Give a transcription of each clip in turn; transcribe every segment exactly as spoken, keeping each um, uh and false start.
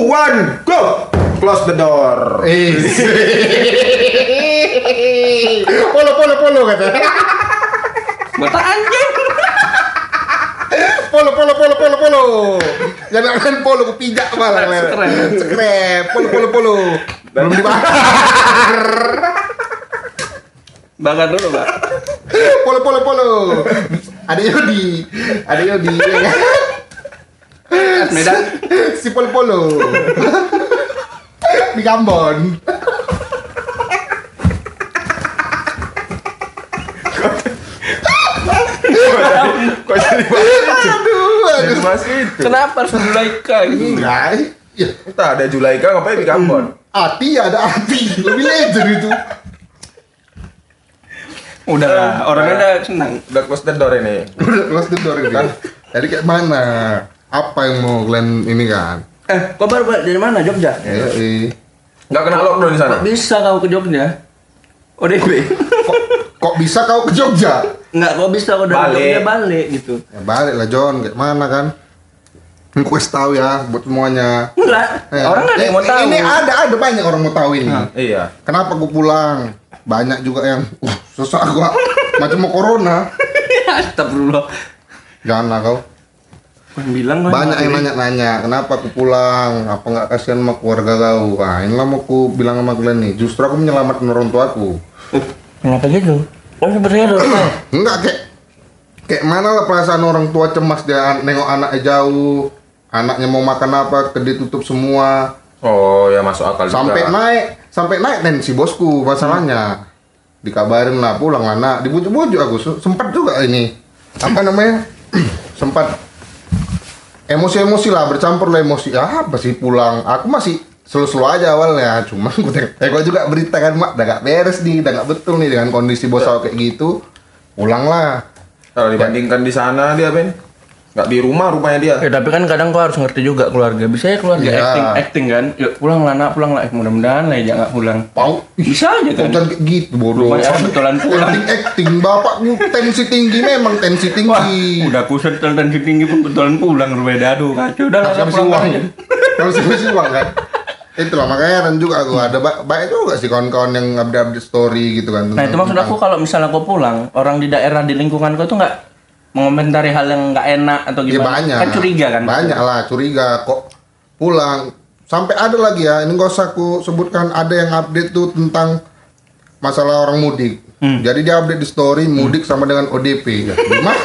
one, go! Close the door. Eh. Polo polo polo kata. Mata anjing. Polo polo polo polo polo. Jangan kan polo ku pijak malah. Keren. Keren. Polo polo polo. Belum dibakar. Bakar dulu, Pak. Polo polo polo. Ada Yodi. Ada Yodi. Medan. Si polo polo. Di Gambon. Kok jadi bahas itu? Aduh, Jadi aduh. bahas itu. Kenapa harus Zulaika ini? Enggak. Ya, Entah ada Julaika ngapain di Kambon? hati ada hati. Lebih legend itu. Udah lah, orangnya udah senang. Udah close the door ini. Udah close the door ini kan. Jadi kayak mana? Apa yang mau kalian ini kan? Eh, kau baru balik dari mana? Jogja? Ya, eh. Nggak kena lockdown di sana? Kok bisa kau ke Jogja? O D P? Kok, kok bisa kau ke Jogja? Enggak, kok bisa kau dari Balik. Jogja balik gitu? Ya balik lah John, kayak mana kan? Ini quest tahu ya buat semuanya. Enggak, Eh, orang nggak ada yang mau ini- tahu. Ini ada ada banyak orang mau tahu ini. Iya. Kenapa gue pulang? Banyak juga yang, uh, susah gua macam mau corona. Astagfirullah. Janganlah kau. Kau yang bilang kau Banyak yang nggak nanya-nanya, kenapa aku pulang? Apa nggak kasihan sama keluarga kau? Nah, inilah mau aku bilang sama kalian nih. Justru aku menyelamatkan orang tuaku. boleh. Kenapa gitu? Oh sebenarnya ada orang. Enggak kayak kayak mana lah perasaan orang tua cemas dia an- nengok anaknya jauh, anaknya mau makan apa, ke ditutup semua. Oh ya masuk akal Sampai juga. naik, sampai naik tensi bosku masalahnya. Dikabarin lah pulang anak, dibujuk-bujuk aku Se- sempat juga ini. Apa namanya? Sempat emosi-emosi lah, bercampur lah emosi. Ah, apa sih pulang? Aku masih slow-slow aja awalnya, cuma aku tengok, tengok juga berita kan, mak, udah gak beres nih, udah gak betul nih dengan kondisi bos aku kayak gitu. Pulanglah. Kalau dibandingkan di sana dia Ben, nggak di rumah rumahnya dia. Ya tapi kan kadang kau harus ngerti juga keluarga. Bisa ya keluarga Iya. acting acting kan. Yuk pulang lah nak, pulang lah. Eh, mudah-mudahan lah ya jangan pulang. Pau, Bisa aja kan. jangan kayak gitu bodoh. Rumahnya betulan pulang. Acting acting bapakmu tensi tinggi memang tensi Wah, tinggi. udah aku setel dan tinggi pun betulan pulang berbeda. Aduh kacau. Udah lah Kasih pulang uang, aja. kasih uang kan. Itulah makanya dan juga aku ada ba- banyak juga sih kawan-kawan yang update story gitu kan. Nah itu maksud aku kalau misalnya kau pulang, orang di daerah di lingkungan kau itu nggak mengomentari hal yang nggak enak atau Ya gimana? banyak. Kan curiga kan? Banyak lah curiga kok pulang. Sampai ada lagi ya, ini gak usah aku sebutkan, ada yang update tuh tentang masalah orang mudik. Hmm. Jadi dia update di story mudik sama dengan O D P. Ya, gimana?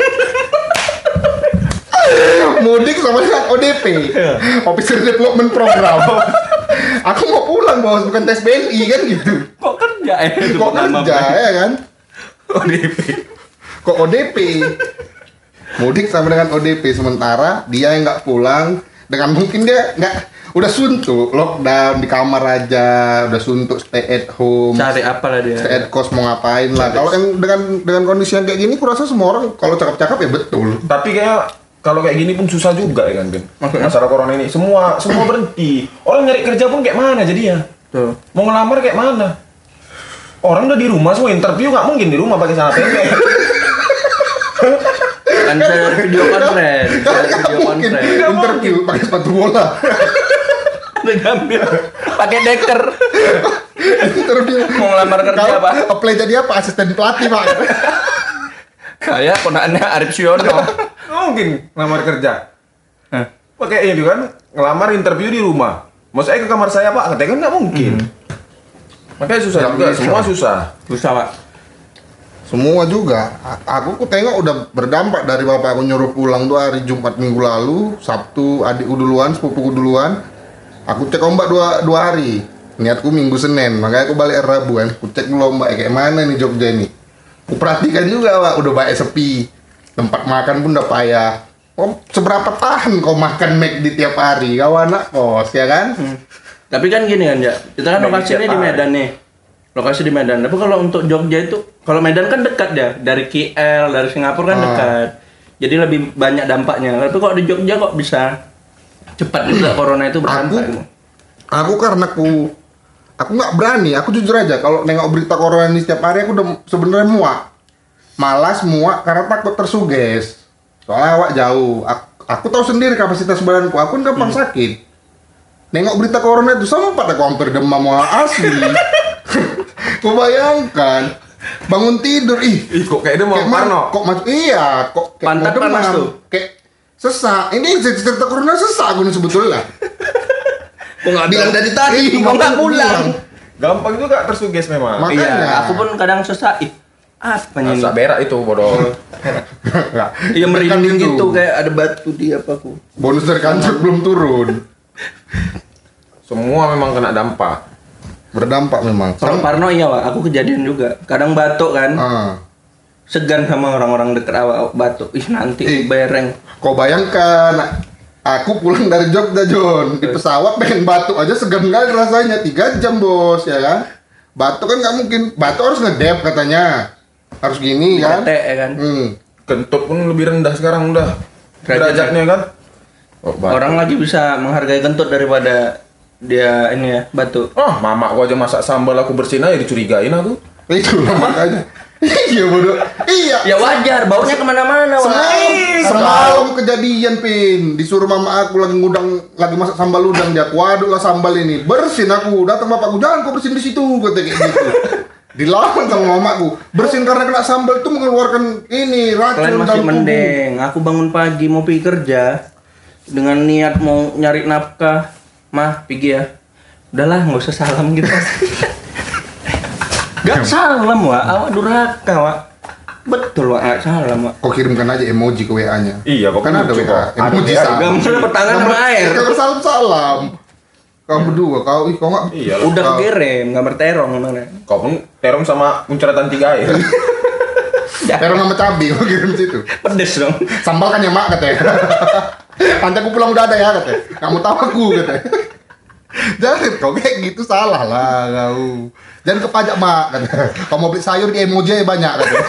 Mudik sama dengan O D P. Officer Development Program. Aku mau pulang bos, bukan tes B N I kan gitu. Kok kerja ya? itu Kok pertama, kerja Bang. ya kan? O D P. Kok O D P? Mudik sama dengan O D P, sementara dia yang nggak pulang dengan mungkin dia nggak udah suntuk lockdown di kamar aja, udah suntuk stay at home, Cari apa lah dia? stay at kos mau ngapain lah. Kalau yang dengan dengan kondisi yang kayak gini, kurasa semua orang kalau cakap-cakap ya betul. Tapi kayak kalau kayak gini pun susah juga ya kan Ben. Maksudnya? Masalah corona ini semua semua berhenti. Orang nyari kerja pun kayak mana jadinya? Tuh. Mau ngelamar kayak mana? Orang udah di rumah semua interview nggak mungkin di rumah pakai celana pendek. Kan bisa dari video conference, bisa dari Nggak video mungkin conference. interview pakai sepatu bola. Udah ngambil pakai deker. Interview Mau ngelamar kerja Kalau apa? apply jadi apa? Asisten pelatih pak. Kayak ponakannya Arif Siono. Nggak mungkin ngelamar kerja. Hah? Pakai ini kan ngelamar interview di rumah. Mau saya ke kamar saya pak? Katanya kan nggak mungkin. Makanya susah Nggak juga. bisa. Semua susah. Susah pak. Semua juga. A- Aku ku tengok udah berdampak dari bapak aku nyuruh pulang tuh hari Jumat minggu lalu, Sabtu adikku duluan, sepupuku duluan. Aku cek ombak dua, dua hari. Niatku minggu Senin, makanya aku balik hari Rabu kan. Aku cek dulu ombak kayak mana nih Jogja ini. Aku perhatikan juga pak, udah banyak sepi. Tempat makan pun udah payah. Oh, seberapa tahan kau makan McD tiap hari? Kau anak kos ya kan? Hmm. Tapi kan gini kan ya, kita kan Medan lokasinya di siapa? Medan nih. Lokasi di Medan. Tapi kalau untuk Jogja itu, kalau Medan kan dekat ya, dari K L, dari Singapura kan Ah. dekat. Jadi lebih banyak dampaknya. Tapi kok di Jogja kok bisa cepat juga corona itu berdampak? Aku aku karena aku aku nggak berani, aku jujur aja kalau nengok berita corona ini setiap hari aku udah sebenarnya muak, malas muak karena takut tersuges. Soalnya awak jauh, aku, aku tahu sendiri kapasitas badanku, aku kan gampang sakit. nengok berita corona itu sempat aku hampir demam mau asli. Kau bayangkan bangun tidur ih, Ih, kok kayak dia mau kayak ma- parno. kok mas iya kok kayak Pantat mau demam. panas tuh. Kayak sesak. Ini cerita corona sesak aku nih sebetulnya. Kok nggak bilang dari tadi? Ih, Mau nggak makanya pulang? bilang. Gampang juga tersuges memang. Mak- Iya, Makanya. aku pun kadang susah. Ih, apa ini? Masa berak itu bodoh. Enggak. Iya merinding Kan gitu kayak ada batu di apaku. Bonus dari kantor belum turun. Semua memang kena dampak. Berdampak memang. Kalau Parno iya Wak, aku kejadian juga. Kadang batuk kan, Ah. segan sama orang-orang dekat awak batuk. Ih nanti Ih. bereng. Kau bayangkan, aku pulang dari Jogja John di pesawat pengen batuk aja segan kali rasanya tiga jam bos ya kan. Batuk kan nggak mungkin, batuk harus ngedep katanya, harus gini kan. Kete ya kan. Hmm. Kentut pun lebih rendah sekarang udah. Derajatnya. Derajatnya kan. Oh, batuk. Orang lagi bisa menghargai kentut daripada dia ini ya batuk. Oh, mama gua aja masak sambal aku bersihin aja dicurigain aku. Itu lah makanya. Iya bodoh. Iya. Ya wajar, baunya kemana-mana Wak. Semalam, semalam kejadian pin disuruh mama aku lagi ngudang lagi masak sambal udang dia aku aduk lah sambal ini bersin aku datang bapakku jangan kau bersin di situ kata kayak gitu dilawan sama mamaku bersin karena kena sambal itu mengeluarkan ini racun Kalian masih dalam tubuh. mending. Aku bangun pagi mau pergi kerja dengan niat mau nyari nafkah. Mah, pergi ya. Udahlah, nggak usah salam gitu. Gak salam Wak, awak durhaka Wak. Betul Wak, gak salam Wak. Kau kirimkan aja emoji ke W A-nya. Iya, kok kan ada lucu, W A kok. emoji Ada, salam. Gambar apa tangan sama air. Kau salam salam. Kau berdua, kau ih kau nggak. Iya, Udah kau- kekirim, gambar terong mana. Kau pun terong sama muncratan tiga air. Terong sama cabai kau kirim situ. Pedes dong. Sambal kan ya mak katanya. Nanti aku pulang udah ada ya katanya. Kamu tahu aku katanya. Jangan kau kayak gitu salah lah kau. Jangan ke pajak mak katanya. Kau mau beli sayur di emoji aja banyak katanya.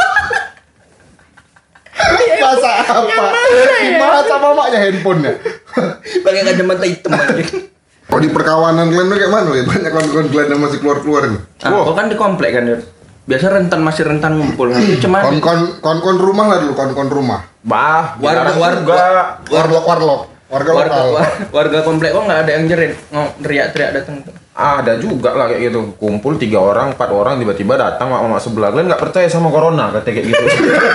Masa apa? Gimana sama maknya handphonenya? Pakai kacamata hitam aja. Kau di perkawanan kalian tuh kayak mana ya? Banyak kawan-kawan kalian yang masih keluar-keluar nih. Ah, kau kan di komplek kan, Dir? Biasa rentan masih rentan ngumpul. Nanti cuma Kon-kon kon-kon rumah lah dulu, kon-kon rumah. Bah, Warga- jarang warga- juga. Warlock warlock. Warga warga lokal. war- warga komplek kok nggak ada yang jerit, oh, teriak-teriak datang. Ada juga lah kayak gitu. Kumpul tiga orang, empat orang tiba-tiba datang mak-mak sebelah. Kalian nggak percaya sama corona kata kayak gitu.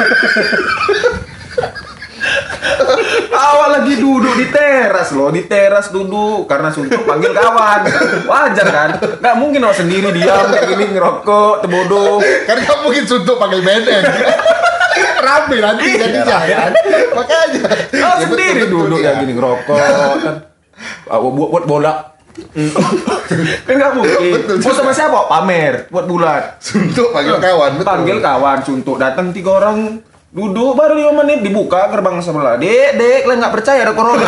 Awal lagi duduk di teras loh, di teras duduk karena suntuk panggil kawan. Wajar kan? Nggak mungkin awak sendiri diam kayak gini ngerokok, tebodoh. Kan kamu mungkin suntuk panggil beden. Rame nanti jadi jangan. Makanya. Awak Ya, sendiri betul-betul, duduk ya. ya gini ngerokok kan. Awak buat buat bola. Kan nggak mungkin. Betul Mau sama siapa? Pamer buat bulat. Suntuk panggil kawan, betul. Panggil kawan suntuk datang tiga orang duduk baru lima menit dibuka gerbang sebelah. Dek, dek, kalian nggak percaya ada corona?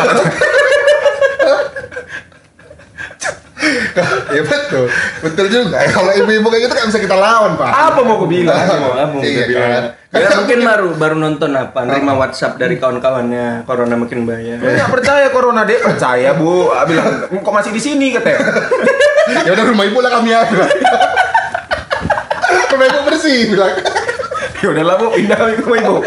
Ya betul. Betul juga. Kalau ibu-ibu kayak gitu kan bisa kita lawan, Pak. Apa mau aku bilang? Mau apa mau Iya, dia bilang? kan? Ya, mungkin baru baru nonton apa, nerima WhatsApp dari kawan-kawannya, corona makin bahaya. Kalian nggak percaya corona? Dek percaya bu. Ah, bilang kok masih di sini katanya. Ya udah rumah ibu lah kami ada. Rumah ibu bersih bilang. Ya udahlah bu, pindah ke rumah ibu.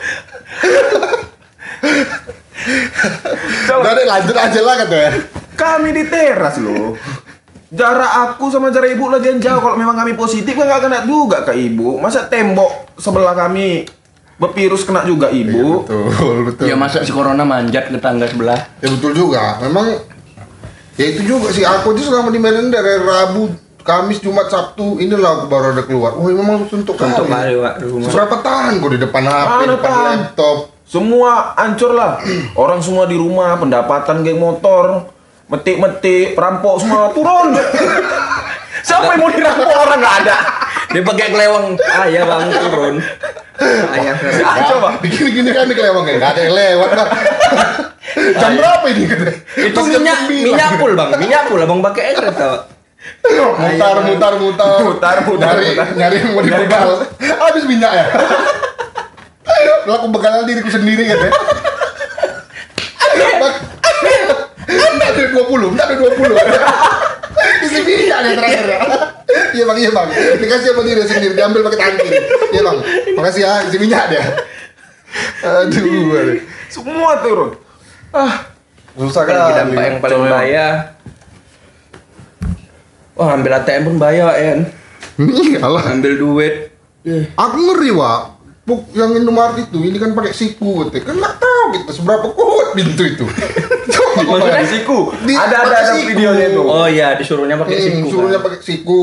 Udah deh lanjut aja lah katanya. Kami di teras loh. Jarak aku sama jarak ibu lagi yang jauh. Kalau memang kami positif kan nggak kena juga ke ibu. Masa tembok sebelah kami bervirus kena juga ibu? Betul, betul. Ya masa si corona manjat ke tangga sebelah. Ya betul juga. Memang ya itu juga sih aku aja selama di Medan dari Rabu, Kamis, Jumat, Sabtu inilah aku baru ada keluar. Oh, memang suntuk Untuk kali. kali Wak di rumah. Seberapa tahan kok di depan H P, Mana depan tahan? laptop. Semua hancur lah. Orang semua di rumah, pendapatan geng motor, metik-metik, perampok semua turun. Siapa yang mau dirampok orang nggak ada? Dia pakai kelewang. Ah ya bang turun. Ayah. Ah, coba. Gini-gini kan di kelewang kayak nggak ada yang lewat kan. Jam berapa ini? Itu minyak minyak pul bang, minyak pul abang pakai air tau. Mutar, mutar, mutar, Mutar, mutar, nyari, mutar. nyari yang mau Nyari dibegal. Habis minyak ya. Lalu aku begal diriku sendiri kan ya. Enggak ada dua puluh, enggak ada dua puluh. Isi minyak nih terakhir ya. Iya bang, iya bang. Dikasih sama diri sendiri, diambil pakai tangan kiri. Iya bang, makasih ya, isi minyak dia. Aduh, aduh. Semua turun. Ah, Susah Lagi kali. dampak yang paling Coba. bahaya. Wah, ambil A T M pun bahaya, Wak, ya. Iyalah. Ambil duit. Eh, Aku ngeri, Wak. Puk yang Indomaret itu, ini kan pakai siku, gitu. Kan nggak tahu kita seberapa kuat pintu itu. Coba kau Maksudnya bayangin. siku. Di- Ada ada pakai ada siku. videonya itu. Oh iya, disuruhnya pakai Hmm, siku. suruhnya kan. pakai siku.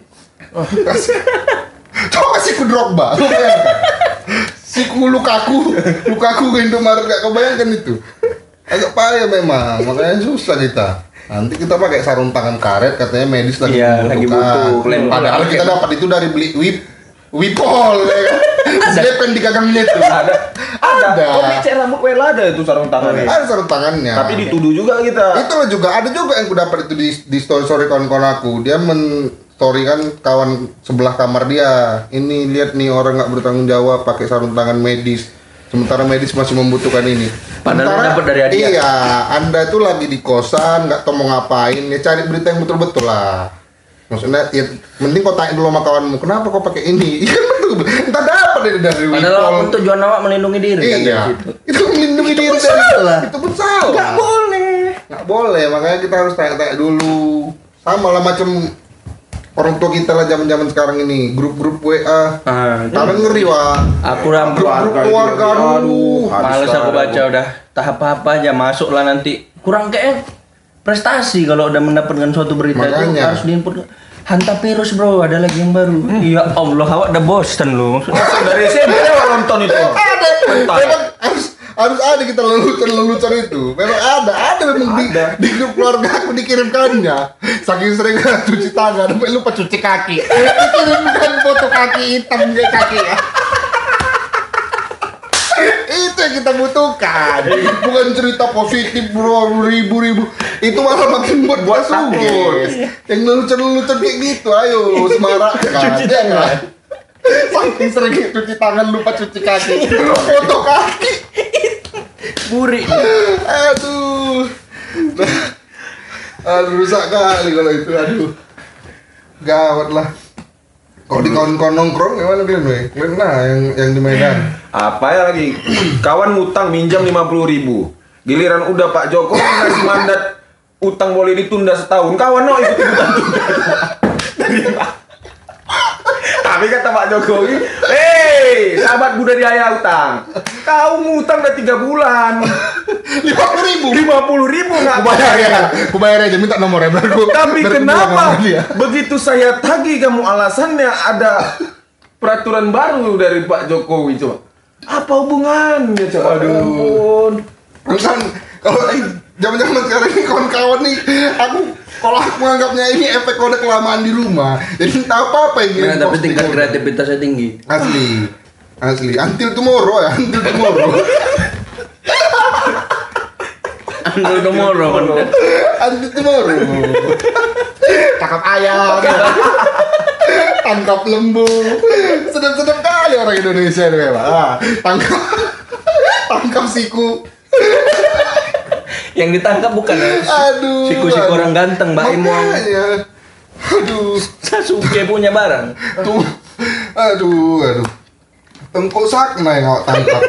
Coba siku Drogba, lu bayangkan. Siku Lukaku, Lukaku ke Indomaret gak kau bayangkan itu. Agak payah memang, makanya susah kita. Nanti kita pakai sarung tangan karet, katanya medis lagi Iya, lagi butuh. Klaim Padahal pakai. kita dapat itu dari beli wip, wipol. Ya kan? Slepen di gagangnya itu. Ada. Ada. Ada. Kok bicara rambut Wela ada itu sarung tangannya. Ada sarung tangannya. Tapi dituduh juga kita. Itu loh juga ada juga yang ku dapat itu di di story story kawan-kawan aku. Dia men story kan kawan sebelah kamar dia. Ini lihat nih orang nggak bertanggung jawab pakai sarung tangan medis. Sementara medis masih membutuhkan ini. Padahal Sementara- dapat dari hadiah. Iya, Anda tuh lagi di kosan, nggak tahu mau ngapain, ya cari berita yang betul-betul lah. Maksudnya, ya, mending kau tanya dulu sama kawanmu, kenapa kau pakai ini? Iya betul, entah dapat dari dari Padahal Wipol. apapun tujuan awak melindungi diri kan dari Iya, situ. itu melindungi diri pun dari salah. itu pun salah. Nggak boleh. Nggak boleh, makanya kita harus tanya-tanya dulu. Sama lah macam orang tua kita lah zaman-zaman sekarang ini, grup-grup W A. Ah, Kalian ngeri, Wak. aku ram Grup-grup keluarga, aduh. habis males aku ada, baca Bu. udah tahap apa aja masuk lah nanti kurang kayak prestasi kalau udah mendapatkan suatu berita itu Makanya. harus diinput hantar virus bro ada lagi yang baru ya Allah awak udah bosan lu Maksud dari S M P awak nonton itu. Ada, Entah. memang harus harus ada kita lelucon-lelucon itu. Memang ada, ada memang di, di grup keluarga aku dikirimkannya. Saking sering cuci tangan, sampai lupa cuci kaki. Dikirimkan foto kaki hitam kayak kaki ya. Itu yang kita butuhkan. Bukan cerita positif bro, ribu-ribu. Itu malah makin buat Buat kita subur. Yang lelucon-lelucon kayak gitu, ayo semarakkan. Cuci Ya tangan. nggak? Saking sering cuci tangan lupa cuci kaki. Foto kaki. buri Aduh. Nah, aduh rusak kali kalau itu, aduh. Gawat lah. Kalau di kawan-kawan nongkrong gimana kalian, weh? Kalian lah yang yang di Medan. Apa ya lagi? Kawan ngutang minjam lima puluh ribu. Giliran udah Pak Jokowi ngasih mandat utang boleh ditunda setahun. Kawan no ikut ikutan tunda. Tapi kata Pak Jokowi, hei sahabat budaya utang, kau ngutang udah tiga bulan, lima puluh ribu. lima puluh ribu nggak Ku bayar ya, bayar. ku bayar aja, minta nomornya biar ku. Tapi biar ku bilang kenapa sama dia. begitu saya tagih kamu alasannya ada peraturan baru dari Pak Jokowi coba? Apa hubungannya coba? Aduh. Kan kalau zaman-zaman sekarang ini kawan-kawan nih, aku kalau aku menganggapnya ini efek kode kelamaan di rumah. Jadi entah apa-apa yang nah, ngirim tapi postingan. tingkat kreativitasnya tinggi Asli. Asli. Until tomorrow ya, until tomorrow. andal tomorrow kan Until tomorrow. Tangkap ayam. Tangkap lembu. Sedap-sedap kali orang Indonesia ini memang. Ah, tangkap tangkap siku. yang ditangkap bukan ya Aduh. siku-siku aduh. orang ganteng Mbak Imo Makanya. Aduh. Sasuke punya barang Tuh. Aduh, aduh. Tengkuk sakna yang awak tangkap.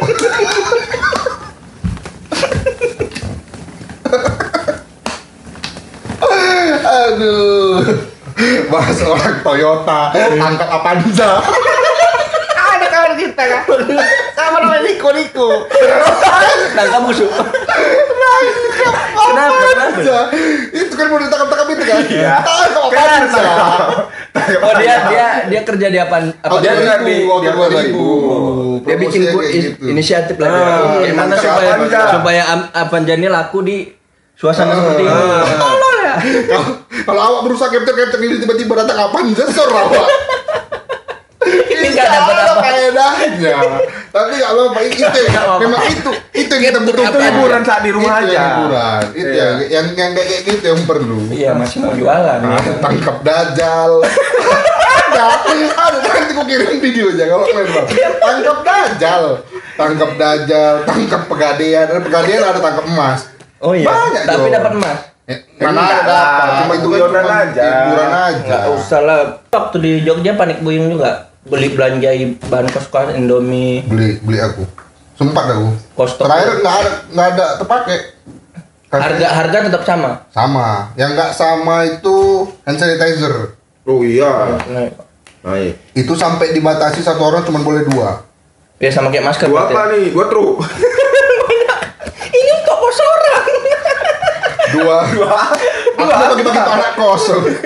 Aduh. Bahas orang Toyota, tangkap Avanza. Ada kawan kita kan. Sama namanya Niko Niko. tangkap musuh Kenapa? Avanza. Itu kan mau ditangkap-tangkap itu kan? Iya. Tangkap Avanza. oh dia dia dia kerja di apa apa Oh, dia dua nggak di- ribu, waktu dia dua ribu. dia bikin Promosinya ku- kayak is- gitu. inisiatif lah Ah, dia. Gimana tangkap supaya Avanza. supaya Am- Avanza ini laku di suasana Ah. seperti ini Ah. tolol ya Kalau kalau awak berusaha capture-capture ini tiba-tiba datang Avanza, sor awak. ini nggak dapat ada apa faedahnya. Tapi nggak apa-apa, itu Nggak apa-apa. memang itu itu yang kita Itu butuhkan. apa? hiburan saat di rumah Itu aja. yang hiburan, itu Iya. yang yang yang kayak kayak gitu yang perlu. iya masih mau jualan ya. Tangkap dajal. Ada, ada nanti aku kirim videonya kalau kalian mau. Tangkap dajal, tangkap dajal, tangkap pegadaian, ada pegadaian ada tangkap emas. oh iya Banyak tapi dong. dapat emas Eh, mana Enggak ada lah, dapat, cuma itu kan guyonan cuma aja. hiburan aja. nggak usah lah waktu di Jogja panik buyung juga beli belanja bahan kos-kosan Indomie Beli beli aku. Sempat aku. Kostok. Terakhir nggak ada nggak ada terpakai. Harga harga tetap sama. Sama. Yang nggak sama itu hand sanitizer. Oh iya. Nah, Naik. Itu sampai dibatasi satu orang cuma boleh dua. ya sama kayak masker. Dua berarti. apa nih? Dua truk. Ini untuk kos orang. Dua. Dua. Aku mau bagi-bagi ke anak kos.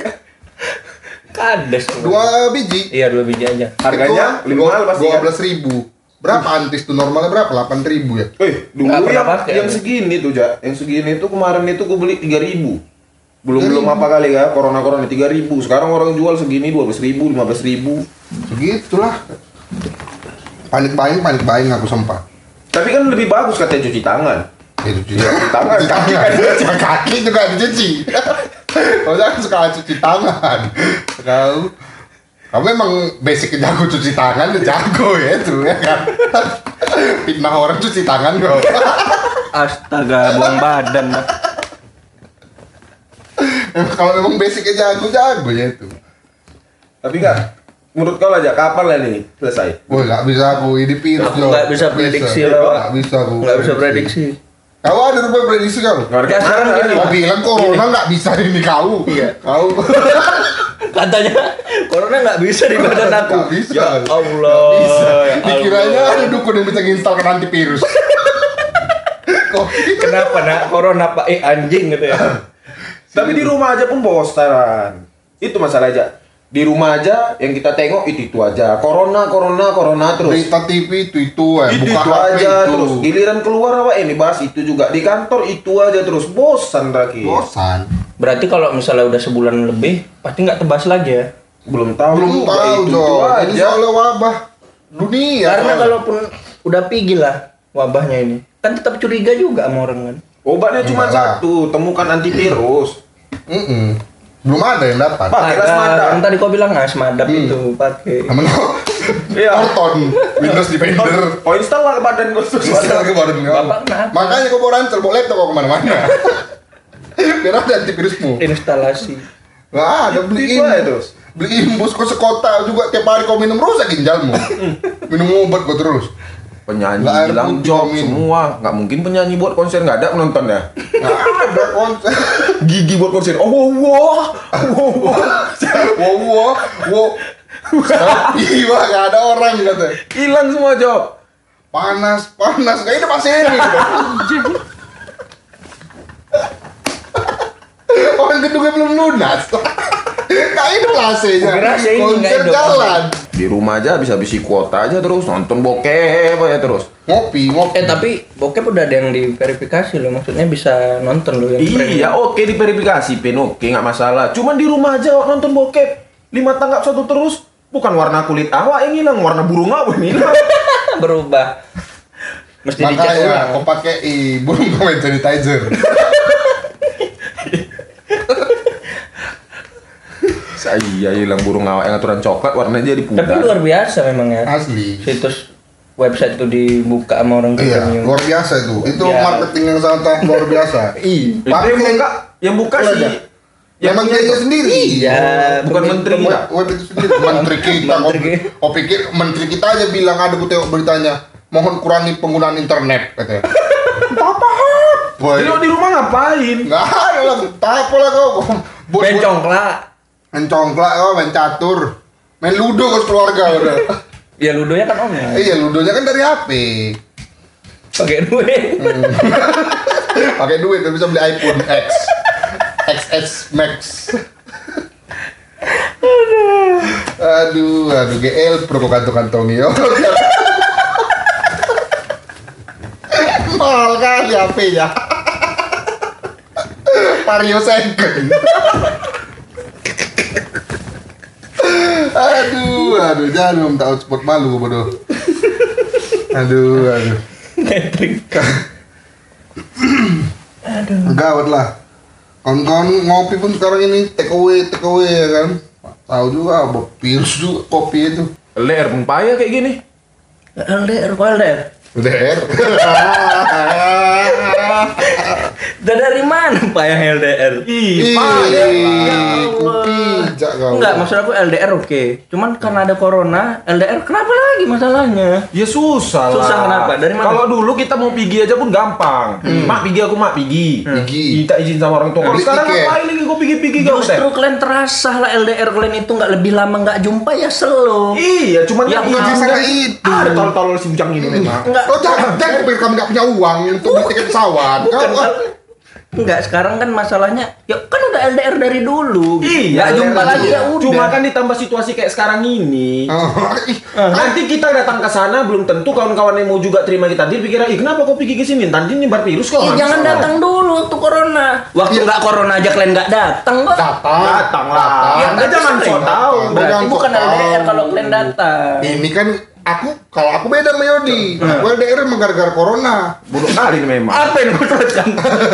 Kades. Dua biji. Iya, dua biji aja. Harganya lima mahal pasti dua kan? belas ribu. Berapa antis tuh normalnya berapa? Delapan ribu ya. Eh, dulu Nggak pernah yang, pakai, yang ya? segini tuh, Jak. Yang segini tuh kemarin itu gue beli tiga ribu. Belum tiga ribu. belum apa kali ya, corona-corona tiga ribu. Sekarang orang jual segini dua belas ribu, lima belas ribu. Segitulah. Panik buying, panik buying aku sempat. Tapi kan lebih bagus katanya cuci tangan. Itu cuci tangan, cuci kaki tangan. kan. Kaki juga dicuci. Kau jangan suka cuci tangan. Kau Kamu memang basic jago cuci tangan, udah jago ya itu ya kan. Fitnah orang cuci tangan kau. Astaga, buang badan. Dah. Kalau memang basicnya jago, jago ya itu. Tapi kan, menurut kau aja kapan lah ini selesai? Woi, nggak bisa aku ini virus Aku Jo. nggak bisa prediksi Nggak lah. Nggak bisa aku. Nggak bisa prediksi. Kau ada rupanya prediksi kau? Nggak ada Ya, sekarang mana gini. nih. Kau bilang corona nggak bisa ini kau. Iya. Kau. Katanya corona nggak bisa di badan aku. Nggak bisa. Ya Allah. Nggak bisa. ya Dikiranya Allah. ada dukun yang bisa nginstalkan antivirus. Kok Kenapa nak corona pak? Eh anjing gitu ya. Tapi di rumah aja pun bosan. Itu masalah aja. Di rumah aja yang kita tengok itu itu aja. Corona, corona, corona terus. berita T V itu itu eh. Itu, Buka itu H P aja itu. terus. Giliran keluar apa ini bahas itu juga. Di kantor itu aja terus. Bosan lagi. Bosan. Berarti kalau misalnya udah sebulan lebih, pasti nggak tebas lagi ya. Belum tahu. Belum juga, tahu itu, Jo. itu Ini aja. soalnya wabah dunia. Karena soalnya. kalaupun udah pergi lah wabahnya ini, kan tetap curiga juga sama orang kan. Obatnya cuma Enggak lah. satu. Temukan antivirus. Mm-mm. Belum ada yang dapat. Pak, Pakai Ada, Lasmadap. kan tadi kau bilang Lasmadap Hmm. itu pakai. Aman kok. Iya. Norton, Windows Defender. Oh install lah ke badan gue terus. Install ke badan kau. Bapak kenapa? Makanya kau bawa ransel, bawa laptop kau kemana-mana. Biar ada antivirusmu. Instalasi. Nggak ada beli Itu aja terus. Beli imbus kau sekota juga tiap hari kau minum rusak ginjalmu. Minum obat kau terus. Penyanyi Nggak air bilang putih job minum. semua. Nggak mungkin penyanyi buat konser nggak ada penontonnya. Nggak ada konser. Gigi buat konser. Oh wow wow wow. Wow wow wow. Iya nggak ada orang kata. Hilang semua job. Panas panas kayak ini masih ini. Orang gedungnya belum lunas. Kayak itu A C-nya. Kira A C ini nggak Konser hidup. jalan. Di rumah aja habis-habisi kuota aja terus nonton bokep aja terus. Ngopi, ngopi. Eh tapi bokep udah ada yang diverifikasi loh, maksudnya bisa nonton loh yang Iya, oke diverifikasi pin, oke nggak masalah. Cuman di rumah aja nonton bokep. Lima tanggap satu terus. Bukan warna kulit awak yang hilang, warna burung awak yang hilang. berubah. Mesti dicek Makanya ulang. kau pakai i burung comment sanitizer. Saya hilang burung awak yang aturan coklat warnanya jadi pudar. Tapi luar biasa memang ya. Asli. Situs website itu dibuka sama orang Iya, premium. luar biasa itu. Itu Ya. marketing yang sangat luar biasa. Iya. Itu yang buka, yang buka Itu sih. aja. Yang Emang punya dia itu. sendiri. Iya, bukan pemi- menteri pemi- kita. Web itu sendiri. Menteri kita. Kau, Menteri kita. kau pikir menteri kita aja bilang ada gue tengok beritanya. Mohon kurangi penggunaan internet katanya. Apa? Boy. Jadi lo di rumah ngapain? Nggak ada lah. Tak apa lah kau. Bos Main congklak. main congklak, oh, main catur, main ludo kau keluarga udah. Ya ludonya kan online. Iya, ludonya kan dari H P. Pakai duit. Pakai duit udah bisa beli iPhone X, X S Max. Aduh, aduh, G L Pro kok kantong-kantongi yo. Mahal kali H P-nya. Vario second. Aduh, aduh, jangan minta hotspot malu bodoh. Aduh, aduh. Aduh. Gawat lah. Kawan-kawan ngopi pun sekarang ini take away, take away ya kan. Tahu juga, Bob virus juga kopi itu. L D R pun payah kayak gini. L D R, kok L D R? Udah er. Udah dari mana Pak yang L D R? Ih, Ih, payah. kopi jak kau. Enggak, maksud aku L D R oke. Cuman karena ada corona, L D R kenapa lagi? lagi masalahnya. Ya susah lah. Susah kenapa? Dari mana? Kalau dulu kita mau pergi aja pun gampang. Mak pergi aku mak pergi. Pergi. Kita izin sama orang tua. Kalau Beli sekarang tiket. ngapain lagi kau pergi-pergi kau Justru kalian terasa lah L D R kalian itu nggak lebih lama nggak jumpa ya slow. Iya, cuman Ya, kan bukan izin karena kan- itu. Ada tol-tol si bujang ini memang. Enggak. Oh jangan, jangan pikir kamu nggak punya uang untuk beli tiket pesawat. Bukan, Kamu- Kal. Enggak, sekarang kan masalahnya ya kan udah L D R dari dulu. Iya, Nggak jumpa iya. lagi ya udah. Cuma kan ditambah situasi kayak sekarang ini. Oh, ih, Nanti kita datang ke sana belum tentu kawan-kawan yang mau juga terima kita dia pikir, "Ih, kenapa kau pergi ke sini? Tadi nyebar virus kau." Ih, jangan datang dulu waktu corona. Waktu nggak corona aja kalian nggak datang kok. datang. Datang lah. Datang. Ya, Anda jangan sok tahu. Berarti Jangan bukan sok L D R tahu. kalau kalian datang. Ini kan aku kalau aku beda sama Yodi. Aku L D R emang gara-gara corona. Bodoh kali ini memang. Apa yang kau teruskan?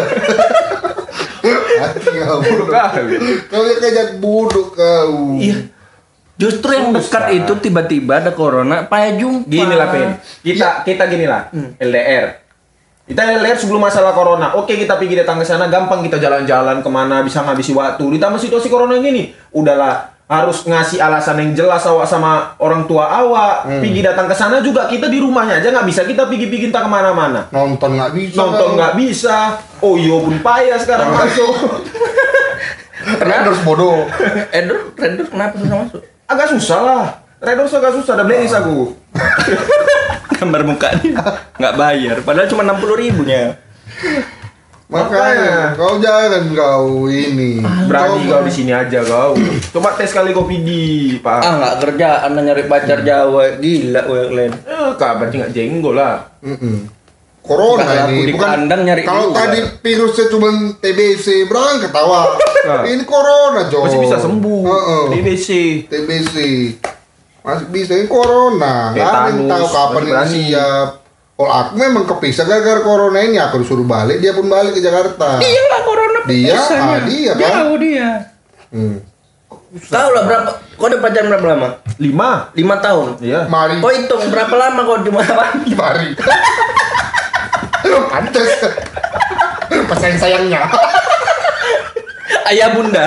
Hati kau. Bodoh kali. Kau yang kayak bodoh kau. Iya. Justru yang dekat Susah. itu tiba-tiba ada corona, payah jumpa. Gini lah, Pen. Kita kita gini lah. L D R. Kita L D R sebelum masalah corona. Oke, kita pergi datang ke sana gampang kita jalan-jalan kemana bisa ngabisi waktu. Ditambah situasi corona gini, udahlah harus ngasih alasan yang jelas awak sama orang tua awak. Pergi datang ke sana juga kita di rumahnya aja nggak bisa kita pergi-pergi entah kemana-mana. Nonton nggak bisa. Nonton kau. nggak bisa. Oh iya pun payah sekarang masuk. Renders bodoh. Edor, Redor kenapa susah masuk? Agak susah lah. Redos agak susah. Ada blacklist aku. Gambar mukanya nggak bayar, padahal cuma enam puluh ribunya. Makanya kau jangan kau ini. Berani kau di sini aja kau. Coba tes kali kau pergi, Pak. Ah nggak kerja, anda nyari pacar Jawa, gila gue kalian. Eh, kak, berarti nggak jenggol lah. Mm-mm. Corona Kalau aku ini di bukan kandang nyari kalau juga. tadi virusnya cuma T B C berang ketawa. Nah. Ini corona Jo. Masih bisa sembuh. Heeh. T B C. T B C masih bisa ini corona. Nggak ada yang Tetanus, tahu kapan masih ini berani. siap. Kalau aku memang kepisah gara-gara corona ini aku disuruh balik, dia pun balik ke Jakarta. Dia lah corona Dia, pisahnya. ah, dia kan? Jauh dia. Hmm. Tahu lah berapa? Kau udah pacaran berapa lama? Lima. Lima tahun. Iya. Mari, Kau hitung berapa lama kau cuma apa? mari. Pantes. Pas sayang-sayangnya. Ayah bunda.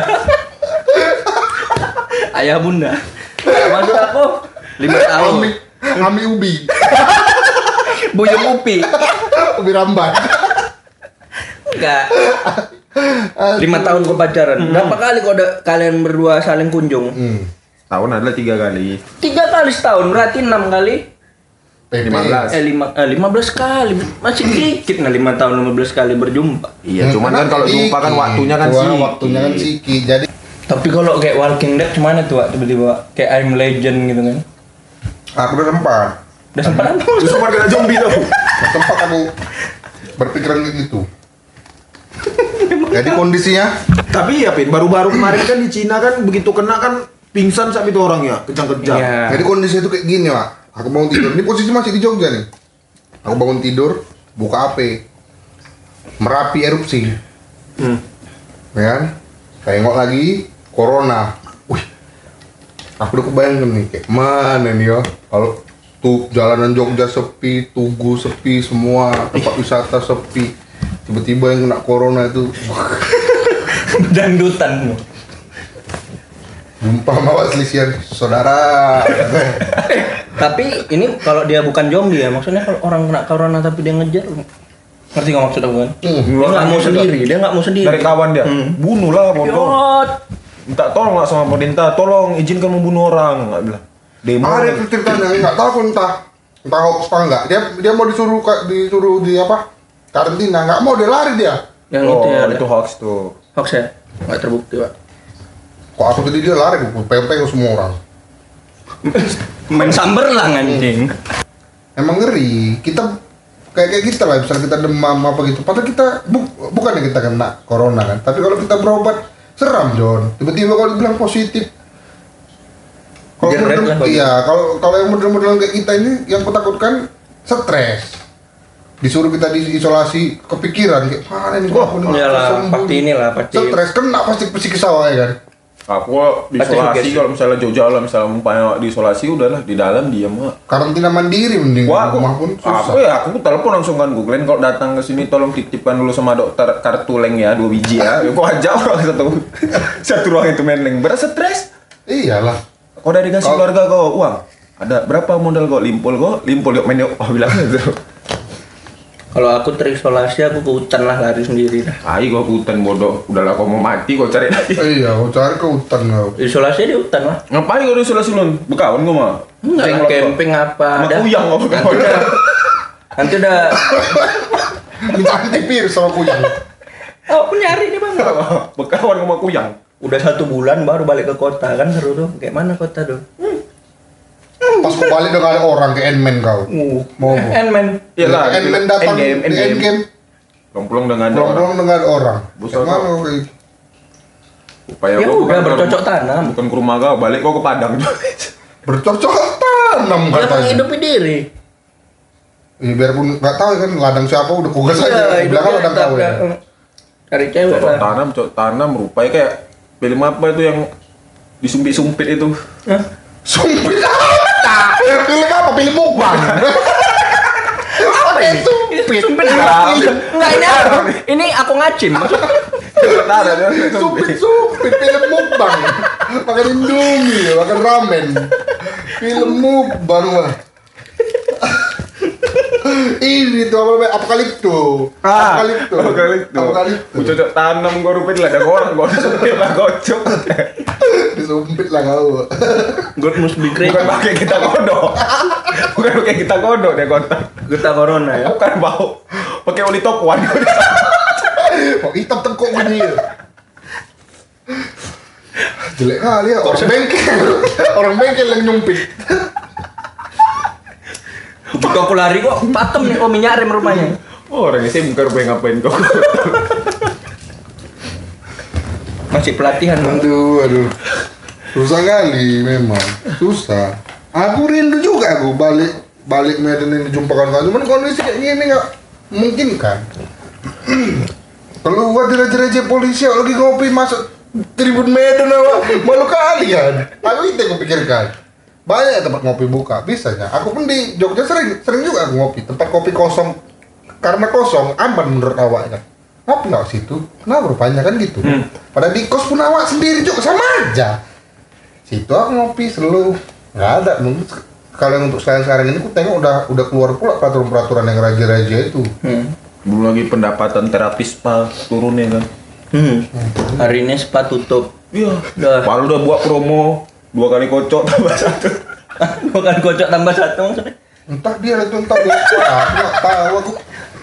Ayah bunda. Maksud aku lima tahun. Ami, ami ubi. Buyung upi. Ubi rambat. Enggak. Lima tahun kau pacaran. Berapa kali kau udah kalian berdua saling kunjung? Hmm. Tahun adalah tiga kali. Tiga kali setahun, berarti enam kali. P P. Lima belas. Eh lima, eh, lima belas kali. Masih dikit nah lima tahun lima belas kali berjumpa. Iya, cuman kan kalau Siki. jumpa kan waktunya kan Wah, sih. waktunya kan siki. Jadi Tapi kalau kayak Walking Dead gimana tuh, Wak? Tiba-tiba kayak I'm Legend gitu kan? aku udah sempat. Udah sempat apa? Terus sempat kena zombie tuh. Udah sempat aku berpikiran kayak gitu. Jadi kondisinya Tapi ya, Pin, baru-baru kemarin kan di Cina kan begitu kena kan pingsan sampai itu orangnya, kejang-kejang. Iya. Jadi kondisi itu kayak gini, Pak. Aku bangun tidur. Ini posisi masih di Jogja nih. Aku bangun tidur, buka H P. Merapi erupsi. Hmm. Ya kan? Tengok lagi corona. Wih. Aku udah kebayangkan nih kayak mana nih ya. Kalau tuh jalanan Jogja sepi, Tugu sepi, semua tempat wisata sepi. Tiba-tiba yang kena corona itu Dangdutan. jumpa sama selisihan saudara. Tapi ini kalau dia bukan zombie ya, maksudnya kalau orang kena corona tapi dia ngejar, ngerti nggak maksud aku kan? Hmm. Dia nggak mau sendiri, dia nggak mau sendiri. Dari kawan dia. Hmm. Bunuh lah, bodoh. Yot. Minta tolong lah sama pemerintah, tolong izinkan membunuh orang, nggak bilang. Demo. Ada itu ceritanya nggak tahu aku entah entah hoax apa enggak. Dia dia mau disuruh ka- disuruh di apa? Karantina, nggak mau dia lari dia. Yang Oh, itu ya, itu hoax tuh. hoax ya, nggak terbukti Pak. Kok aku tadi dia lari, aku pempeng semua orang. Main samberlang anjing. Emang ngeri. Kita kayak kayak kita lah, misalnya kita demam apa gitu. Padahal kita bu, bukan kita kena corona kan. Tapi kalau kita berobat seram John. Tiba-tiba kalau dibilang positif. Kalau Jeret model- lah, Bang. iya, kalau kalau yang model-model kayak kita ini yang kutakutkan stres. Disuruh kita diisolasi, kepikiran kayak mana nih gua ini Iyalah, sembuh pasti nih." inilah, pasti. Stres kena pasti psikis awal ya kan. Aku di Pasti isolasi sugesti. kalau misalnya jauh-jauh lah, misalnya umpamanya di isolasi udahlah di dalam diam mah. Karantina mandiri mending Wah, aku, rumah pun susah. aku ya, aku telepon langsung kan Google. Kalau datang ke sini tolong titipkan dulu sama dokter kartu leng ya, dua biji ya. Kok aja orang satu satu ruang itu main leng. Berat stres. Iyalah. Kau dari kasih Kau- keluarga kau uang. Ada berapa modal kok limpul kok? Limpul kok main oh bilang gitu. Kalau aku terisolasi aku ke hutan lah lari sendiri dah. Ayo kok hutan bodoh. Udahlah kau mau mati kau cari lagi. Iya, kau cari ke hutan kau. Isolasi di hutan lah. Ngapain kau isolasi lun? Bekawan kau mah. Enggak lah, camping apa? Sama Dah. kuyang kau Nanti bekawan. udah nanti udah Minta antivir sama kuyang. oh, aku nyari nih bang. Bekawan kau sama kuyang. Udah satu bulan baru balik ke kota kan seru tuh. Kayak mana kota tuh? Pas kau balik udah gak ada orang ke Endman kau. Uh, Mau. Endman. Iyalah, Endman datang di endgame, endgame. Endgame. Pulang-pulang dengan ada orang. Pulang-pulang dengan orang. Buset, Kayak mana kau. kau? Upaya Ya kau udah, bukan ke bercocok rumah- tanam. Bukan ke rumah kau, balik kau ke Padang. Bercocok tanam Ya katanya. menghidupi diri. Ya, biarpun nggak tahu kan ladang siapa udah kugas aja. Iya, Di belakang hidupnya ladang kau ya. tetap, cari cewek Cocok lah. tanam, cocok tanam rupanya kayak film apa itu yang disumpit-sumpit itu. Hah? Sumpit apa? Pilih apa? Pilih mukbang. Apa itu? Sumpit. Sumpit Enggak. enggak ini apa? Ini aku ngacim. Cocok tanam, dia Sumpit, sumpit. Film mukbang. Makan Indomie, makan ramen. Film mukbang mah. Ini tuh apa namanya? Apokalipto. Ah, Apokalipto. Apokalipto. Apokalipto. Gua cocok tanam gua rupanya lah ada orang gua sumpit lah gocok. Disumpit lah kau. God must be great. Bukan pakai kita kodok. Bukan pakai kita kodok dia kontak. Geta corona ya. Bukan bau. Pakai oli tokuan. Kok hitam tengkuk gini ya? Jelek kali ya, orang bengkel. Orang bengkel yang nyumpit. Begitu aku lari kok patem nih kok minyak rem rumahnya. Oh, orang ini bukan rupanya ngapain kok. Masih pelatihan. Bang. Aduh, aduh. Susah kali memang. Susah. Aku rindu juga aku balik balik Medan ini jumpa kawan-kawan. Cuman kondisi kayak gini nggak mungkin kan. Kalau buat raja-raja polisi lagi ngopi masuk tribun Medan apa malu kali kan. Aku itu yang kupikirkan. Banyak tempat ngopi buka, bisa ya. Aku pun di Jogja sering sering juga aku ngopi. Tempat kopi kosong karena kosong aman menurut awak kan. Ngopi nggak situ? Kenapa rupanya kan gitu. Hmm. Pada di kos pun awak sendiri juga sama aja. Situ aku ngopi selalu nggak ada. Mungkin kalau yang untuk sekarang sekarang ini aku tengok udah udah keluar pula peraturan-peraturan yang raja-raja itu. Hmm. Belum lagi pendapatan terapis spa turunnya kan. Hmm. Hari ini spa tutup. Iya. Udah. Palu udah buat promo dua kali kocok tambah satu. Bukan kocok tambah satu maksudnya. Entah dia itu entah dia. Ah, aku nggak tahu aku.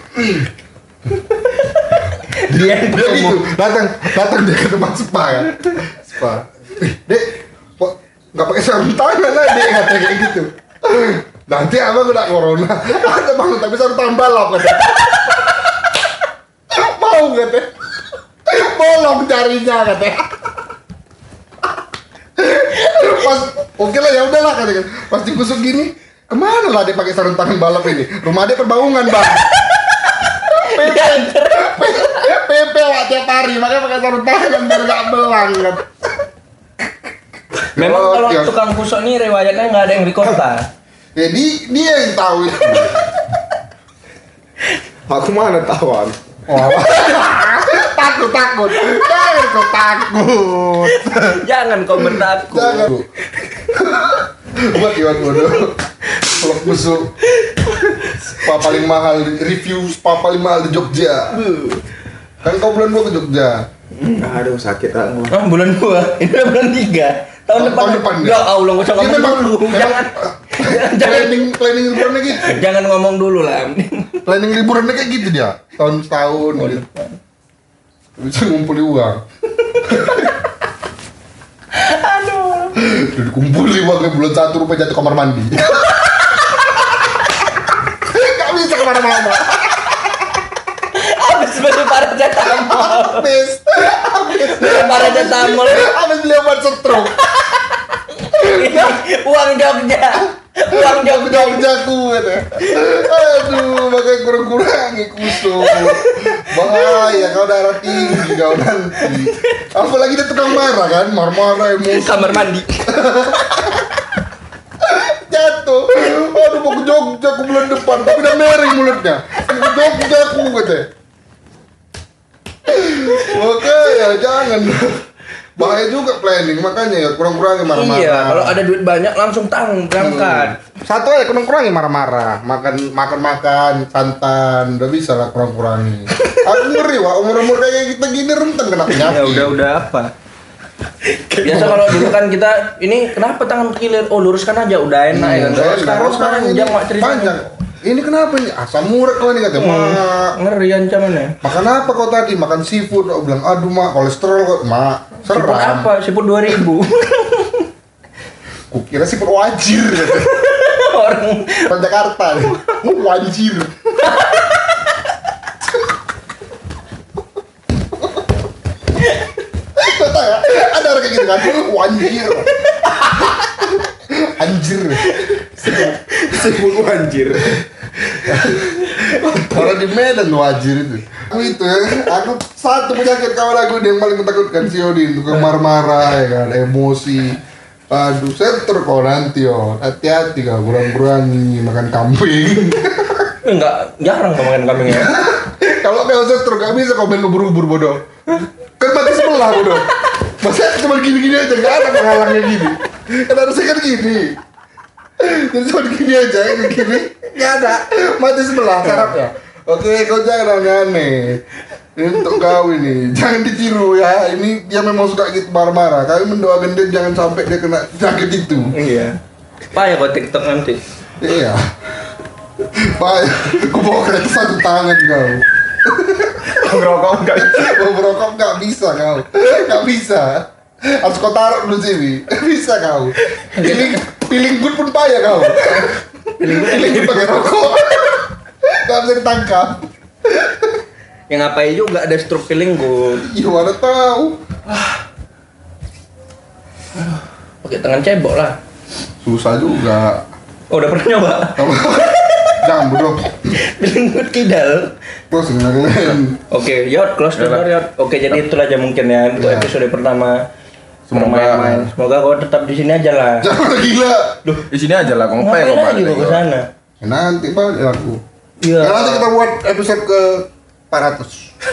Dia yang Dia promo. gitu datang datang dia ke tempat spa kan. Spa. Ih, Dek, kok nggak pakai sarung tangan lah dek katanya kayak gitu. Nanti abang kena corona. Ada bang tapi sarung tangan balap katanya. Mau katanya. Bolong jarinya katanya. Pas oke lah ya udahlah katanya. Pas digusuk gini, kemana lah dia pakai sarung tangan balap ini? Rumah dia perbaungan bang. P P P P wak tiap hari makanya pakai sarung tangan biar nggak belang kan. Memang Oh, kalau iya. tukang kusuk nih riwayatnya nggak ada yang di kota. Ya di, dia yang tahu itu. Aku mana tahuan. Oh, takut takut, jangan kau takut, Jangan kau bertakut. jangan. Buat Iwan bodoh. Kalau busuk spa paling mahal review spa paling mahal di Jogja. Kan kau bulan dua ke Jogja. Aduh sakit aku. Oh, bulan dua, ini udah bulan tiga. Tahun Tahun- depan. tahun depan, Ya Allah, nggak usah Ya, ngomong memang- dulu. memang- Jangan, jangan, Planning planning liburannya gitu. jangan ngomong dulu lah. Planning liburannya kayak gitu dia. Tahun setahun gitu. Bisa ngumpulin uang. Aduh. Udah dikumpulin uangnya bulan satu rupiah jatuh kamar mandi. Gak bisa kemana-mana. Habis beli paracetamol. Habis. Habis. Paracetamol. Habis beli obat stroke. Ini uang Jogja. Uang Jogja. Jogjaku gitu. Aduh, makanya kurang-kurangi kusuk. Bahaya kau darah tinggi kau nanti. Apalagi dia tukang marah kan, marah-marah emosi. Kamar mandi. Jatuh. Aduh mau ke Jogja aku bulan depan, tapi udah mereng mulutnya. Mau ke Jogja aku gitu. Makanya jangan. Bahaya juga planning, makanya ya kurang-kurangi marah-marah. Iya, kalau ada duit banyak langsung tang berangkat. Hmm. Satu aja kurang-kurangi marah-marah, makan makan-makan santan, udah bisa lah kurang-kurangi. Aku ngeri wah, umur-umur kayak kita gini rentan kena penyakit. Ya udah udah apa? Biasa kalau dulu kan kita ini kenapa tangan kilir? Oh luruskan aja udah enak ya kan. Hmm, Sekarang sekarang jam mak cerita. panjang. Ini kenapa ini? Asam urat kau ini katanya. Hmm, Mak, ngeri ancamannya. makan apa kau tadi? Makan seafood. Aku bilang, aduh mak, kolesterol kok. Mak, Siput seram. apa? Siput dua ribu. Kukira seafood wajir. Orang Orang Jakarta nih. Wajir. Kau tahu ya? Ada orang kayak gitu kan? Wajir. Anjir. siput anjir. Orang di Medan wajir itu. Aku itu ya, aku satu penyakit kawan aku yang paling kutakutkan si Odin, tukang marah-marah ya kan, emosi. Aduh, seter kau nanti oh, hati-hati kau, kurang-kurangi makan kambing. Enggak, jarang kau makan kambing ya. Kalau kau seter gak bisa kau main ubur-ubur bodoh. Kan mati sebelah bodoh. Masa cuma gini-gini aja, gak ada penghalangnya gini. Kan harusnya kan gini. Jadi cuma gini aja, gini, gak ada. Mati sebelah sarapnya. Oke, kau jangan aneh-aneh. Ini untuk kau ini, jangan ditiru ya. Ini dia memang suka gitu marah-marah. Kami mendoakan dia jangan sampai dia kena sakit itu. Iya. Payah kau TikTok nanti. Iya. Pak, kau bawa kereta satu tangan kau. Ngerokok enggak. Mau merokok nggak bisa kau, nggak bisa. Harus kau taruh dulu sini, bisa kau. Piling, piling good pun payah kau. Piling good, piling good pakai rokok, nggak bisa ditangkap. Yang ngapain juga ada stroke feeling good. Iya mana tahu. Pakai tangan cebok lah. Susah juga. Oh, udah pernah nyoba? Jangan bodoh. Feeling good kidal. Terus ngelakuin. Oke, Yot, close the door, Yot. Oke, jadi itulah aja mungkin ya untuk Ya. episode pertama. Semoga- Bermain-main. Semoga kau tetap di sini aja lah. Jangan gila. Duh, di sini aja lah, kau ngapain kau Ngapain lagi balik? kau ke sana? Ya, nanti balik aku. Iya. Ya, nanti kita buat episode ke empat ratus.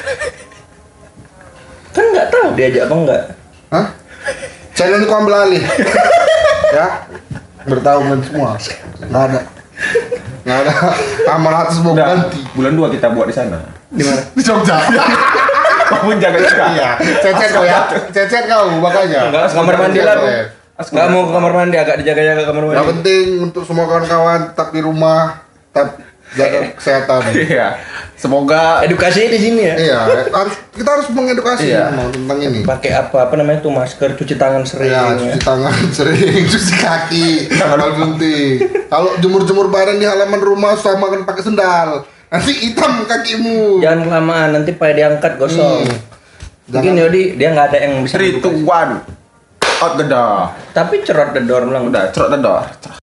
Kan nggak tahu diajak apa enggak. Hah? Channel ku ambil alih. Ya. Bertahun semua. Nggak ada. Nggak ada. Amal atas mau Udah, ganti. bulan dua kita buat di sana. Di mana? Di Jogja. Kau pun jaga juga. Iya. Cecet kau ya. Cecet kau makanya. Enggak, kamar mandi lah. Cecet, Bu. Enggak mau ke kamar mandi, agak dijaga-jaga kamar Yang mandi. penting untuk semua kawan-kawan tetap di rumah, tetap jaga kesehatan. Iya. Semoga Edukasinya di sini ya. Iya, harus kita harus mengedukasi Iya. memang tentang ini. Pakai apa? Apa namanya tuh masker, cuci tangan sering. Ya, Ya. cuci tangan sering, cuci kaki, paling penting. Kalau jemur-jemur barang di halaman rumah, usahakan pakai sendal. Nanti hitam kakimu. Jangan kelamaan, nanti pakai diangkat gosong. Hmm. Mungkin Jangan- Yodi dia nggak ada yang bisa. three, two, edukasi. one, out the door. Tapi cerot the door bilang Udah, cerot the door.